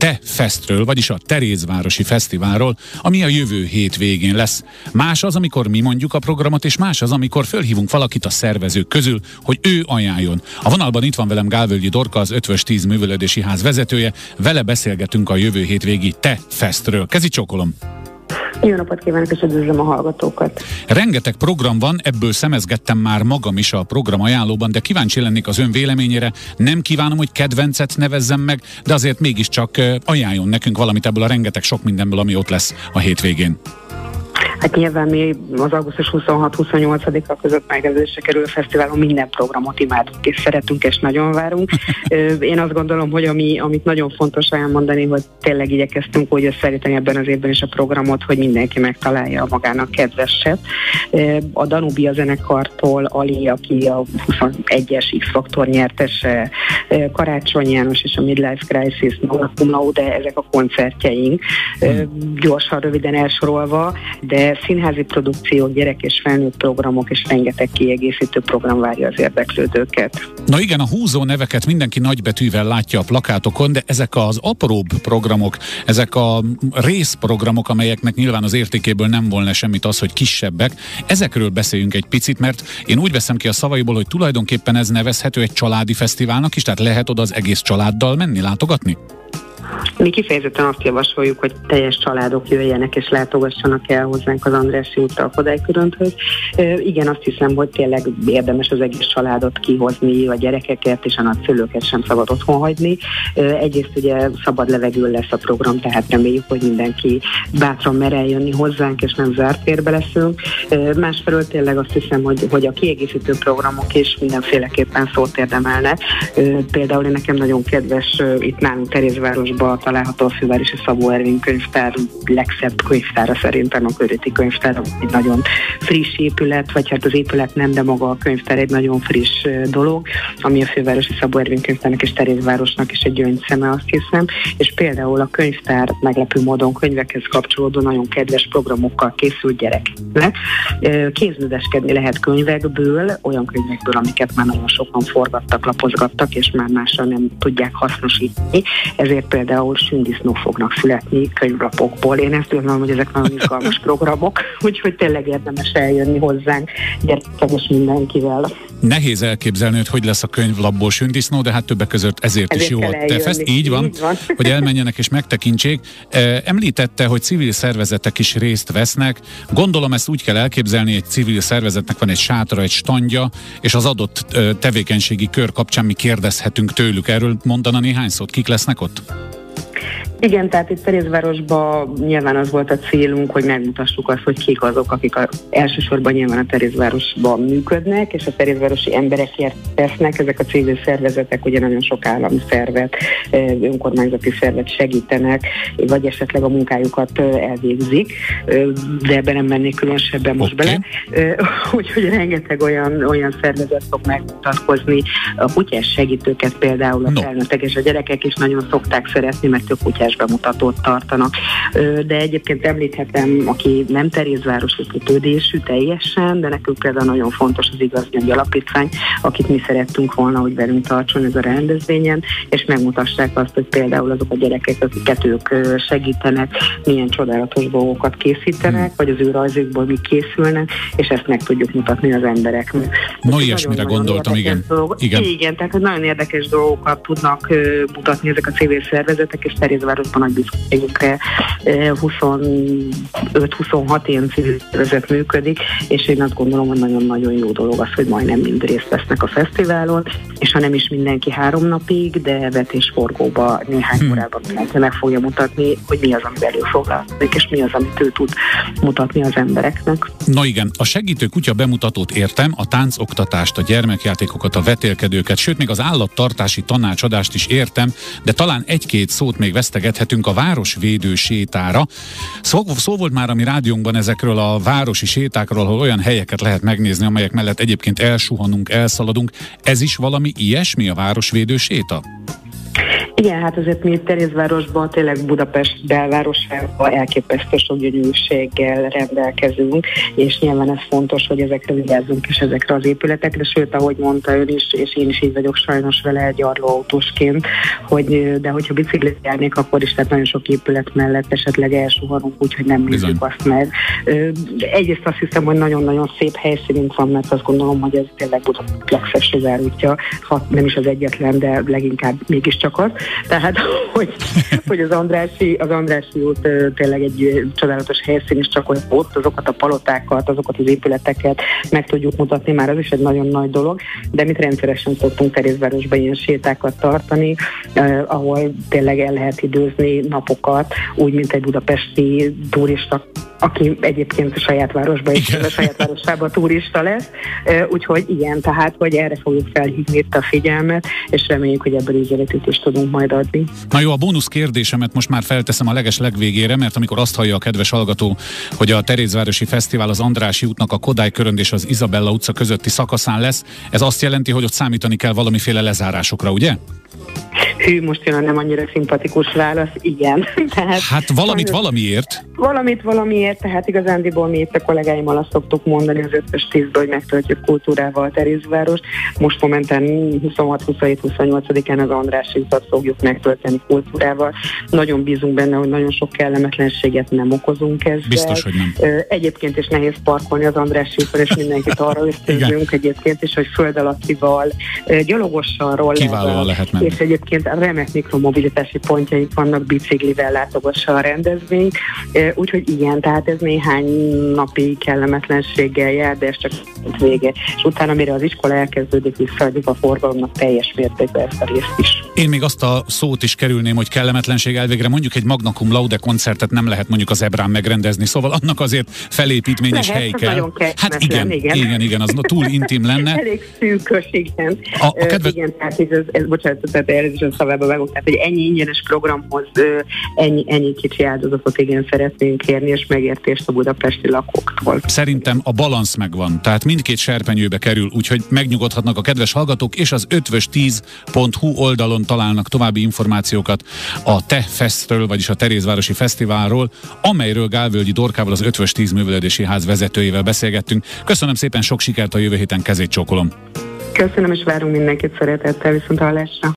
Te Festről, vagyis a Terézvárosi Fesztiválról, ami a jövő hétvégén lesz. Más az, amikor mi mondjuk a programot, és más az, amikor fölhívunk valakit a szervezők közül, hogy ő ajánljon. A vonalban itt van velem Gálvölgyi Dorka, az Ötvös 10 művelődési ház vezetője. Vele beszélgetünk a jövő hétvégi Te Festről. Kezi csókolom! Jó napot kívánok, és üdvözlöm a hallgatókat! Rengeteg program van, ebből szemezgettem már magam is a program ajánlóban, de kíváncsi lennék az ön véleményére. Nem kívánom, hogy kedvencet nevezzem meg, de azért mégiscsak ajánljon nekünk valamit ebből a rengeteg sok mindenből, ami ott lesz a hétvégén. Hát nyilván mi az augusztus 26-28-a között megrendezésre kerül a fesztiválon minden programot imádunk és szeretünk és nagyon várunk. Én azt gondolom, hogy amit nagyon fontos elmondani, hogy tényleg igyekeztünk úgy összeállítani ebben az évben is a programot, hogy mindenki megtalálja magának kedveset. A Danubia zenekartól Ali, aki a 21-es X-faktor nyertese, Karácsony János és a Midlife Crisis, Cum Laude, ezek a koncertjeink, gyorsan, röviden elsorolva, de színházi produkciók, gyerek és felnőtt programok és rengeteg kiegészítő program várja az érdeklődőket. Na igen, a húzó neveket mindenki nagybetűvel látja a plakátokon, de ezek az apróbb programok, ezek a részprogramok, amelyeknek nyilván az értékéből nem volna semmit az, hogy kisebbek, ezekről beszéljünk egy picit, mert én úgy veszem ki a szavaiból, hogy tulajdonképpen ez nevezhető egy családi fesztiválnak is, tehát lehet oda az egész családdal menni, látogatni? Mi kifejezetten azt javasoljuk, hogy teljes családok jöjjenek és látogassanak el hozzánk az Andrássy úttal Kodály Körönthöz. Igen, azt hiszem, hogy tényleg érdemes az egész családot kihozni, a gyerekeket és a nagyszülőket sem szabad otthon hagyni. Egyrészt ugye szabad levegő lesz a program, tehát reméljük, hogy mindenki bátran mer eljönni hozzánk, és nem zárt térbe leszünk. Másfelől tényleg azt hiszem, hogy a kiegészítő programok is mindenféleképpen szót érdemelnek. Például nekem nagyon kedves itt nálunk Terézvárosban található a Fővárosi Szabó Ervin könyvtár legszebb könyvtára szerintem, a Köröti könyvtár, egy nagyon friss épület, vagy hát az épület nem, de maga a könyvtár egy nagyon friss dolog, ami a Fővárosi Szabó Ervin könyvtárnak és Terézvárosnak is egy gyöngyszeme, azt hiszem, és például a könyvtár meglepő módon könyvekhez kapcsolódó nagyon kedves programokkal készült gyerekeknek. Kézműveskedni lehet könyvekből, olyan könyvekből, amiket már nagyon sokan forgattak, lapozgattak, és már másra nem tudják hasznosítani. Ezért például sündisznók fognak születni könyvlapokból. Én ezt gondolom, hogy ezek nagyon izgalmas programok, úgyhogy tényleg érdemes eljönni hozzánk gyerekes mindenkivel. Nehéz elképzelni, hogy lesz a könyvlapból sündisznó, de hát többek között ezért is jó a Te Fest. Így van, hogy elmenjenek és megtekintsék. Említette, hogy civil szervezetek is részt vesznek. Gondolom ezt úgy kell elképzelni, egy civil szervezetnek van egy sátra, egy standja, és az adott tevékenységi kör kapcsán mi kérdezhetünk tőlük. Erről mondana néhány szót, kik lesznek ott? Igen, tehát itt Terézvárosban nyilván az volt a célunk, hogy megmutassuk azt, hogy kik azok, akik elsősorban nyilván a Terézvárosban működnek, és a terézvárosi emberekért tesznek. Ezek a civil szervezetek ugye nagyon sok állami szervet, önkormányzati szervet segítenek, vagy esetleg a munkájukat elvégzik, de ebben nem mennék különösebben most bele. Úgyhogy rengeteg olyan szervezet fog megmutatkozni. A kutyás segítőket például a felnőttek és a gyerekek is nagyon szokták szeretni, mert ők kutyás bemutatót tartanak. De egyébként említhetem, aki nem Terézvárosi kötődésű teljesen, de nekünk például nagyon fontos az Igazgyöngy Alapítvány, akit mi szerettünk volna, hogy velünk tartson ez a rendezvényen, és megmutassák azt, hogy például azok a gyerekek, akiket ők segítenek, milyen csodálatos dolgokat készítenek, vagy az ő rajzikból mi készülnek, és ezt meg tudjuk mutatni az embereknek. No, ilyesmire gondoltam, igen. Igen, tehát nagyon érdekes dolgokat tudnak mutatni ezek a civil szervezetek, és Terézvárosban nagy büszkeségükre 25-26 ilyen civil szervezet működik, és én azt gondolom, hogy nagyon-nagyon jó dolog az, hogy majdnem mind részt vesznek a fesztiválon, és ha nem is mindenki 3 napig, de vetésforgóba néhány órában mindenki meg fogja mutatni, hogy mi az, amivel ő foglalkozik, és mi az, amit ő tud mutatni az embereknek. Na igen, a segítő kutya bemutatót értem, a táncoktatást, a gyermekjátékokat, a vetélkedőket, sőt még az állattartási tanácsadást is értem, de talán egy-két szót még vesztegethetünk a városvédő sétára. Szó volt már a mi rádiónkban ezekről a városi sétákról, ahol olyan helyeket lehet megnézni, amelyek mellett egyébként elsuhanunk, elszaladunk. Ez is valami ilyesmi, a városvédő séta? Igen, hát azért mi Terézvárosban, tényleg Budapest belvárosában elképesztő sok gyönyörűséggel rendelkezünk, és nyilván ez fontos, hogy ezekre vigyázzunk és ezekre az épületekre, sőt, ahogy mondta ön is, és én is így vagyok sajnos vele gyarlóautósként, de hogyha biciklit járnék, akkor is, tehát nagyon sok épület mellett esetleg elsuhanunk, úgyhogy nem nézzük azt meg. Egyrészt azt hiszem, hogy nagyon-nagyon szép helyszínünk van, mert azt gondolom, hogy ez tényleg Budapest legszebb sugárútja, ha nem is az egyetlen, de leginkább mégiscsak az. Tehát, hogy az Andrássy út tényleg egy csodálatos helyszín, és csak hogy ott azokat a palotákat, azokat az épületeket meg tudjuk mutatni, már az is egy nagyon nagy dolog, de mit rendszeresen szoktunk Terézvárosban ilyen sétákat tartani, ahol tényleg el lehet időzni napokat, úgy, mint egy budapesti turista, aki egyébként a saját városban és a saját városában turista lesz. Úgyhogy igen, tehát, hogy erre fogjuk felhívni itt a figyelmet, és reméljük, hogy ebből üzenetet is tudunk majd adni. Na jó, a bónusz kérdésemet most már felteszem a legvégére, mert amikor azt hallja a kedves hallgató, hogy a Terézvárosi Fesztivál az Andrássy útnak a Kodály körönd és az Izabella utca közötti szakaszán lesz, ez azt jelenti, hogy ott számítani kell valamiféle lezárásokra, ugye? Hű, most jön a nem annyira szimpatikus válasz, igen. Tehát, hát valamiért. Valamiért, tehát igazándiból mi itt a kollégáimmal azt szoktuk mondani az 5-10-ből, hogy megtöltjük kultúrával Terézvárost. Most momentán 26-27-28-án az Andrássy utat fogjuk megtölteni kultúrával. Nagyon bízunk benne, hogy nagyon sok kellemetlenséget nem okozunk ezzel. Biztos, hogy nem. Egyébként is nehéz parkolni az Andrássy úton, és mindenkit arra ösztönzünk egyébként is, hogy föld alattival, gyalogossal, rollerrel, lehet menni. És egyébként remek mikromobilitási pontjaink vannak, biciklivel látogassa a rendezvény. Úgyhogy igen, tehát ez néhány napi kellemetlenséggel jár, de ez csak vége. És utána, mire az iskola elkezdődik, visszaadjuk a forgalomnak teljes mértékben ezt a részt is. Én még azt a szót is kerülném, hogy kellemetlenség elvégre. Mondjuk egy Magna Cum Laude koncertet nem lehet mondjuk az Ebrán megrendezni, szóval annak azért felépítmény és hely kell. Hát igen, az túl intim lenne. Elég szűkös, igen. Igen, tehát ez is a szavába vágok, tehát hogy ennyi ingyenes programhoz ennyi kicsi áldozatot igen szeretnénk kérni, és megértést a budapesti lakóktól. Szerintem a balansz megvan, tehát mindkét serpenyőbe kerül, úgyhogy megnyugodhatnak a kedves hallgatók, és az ötvös10.hu oldalon találnak további információkat a TEFESZ-ről, vagyis a Terézvárosi Fesztiválról, amelyről Gálvölgyi Dorkával, az Ötvös 10 művelődési ház vezetőjével beszélgettünk. Köszönöm szépen, sok sikert a jövő héten, kezét csókolom! Köszönöm, és várunk mindenkit szeretettel, viszont hallásra!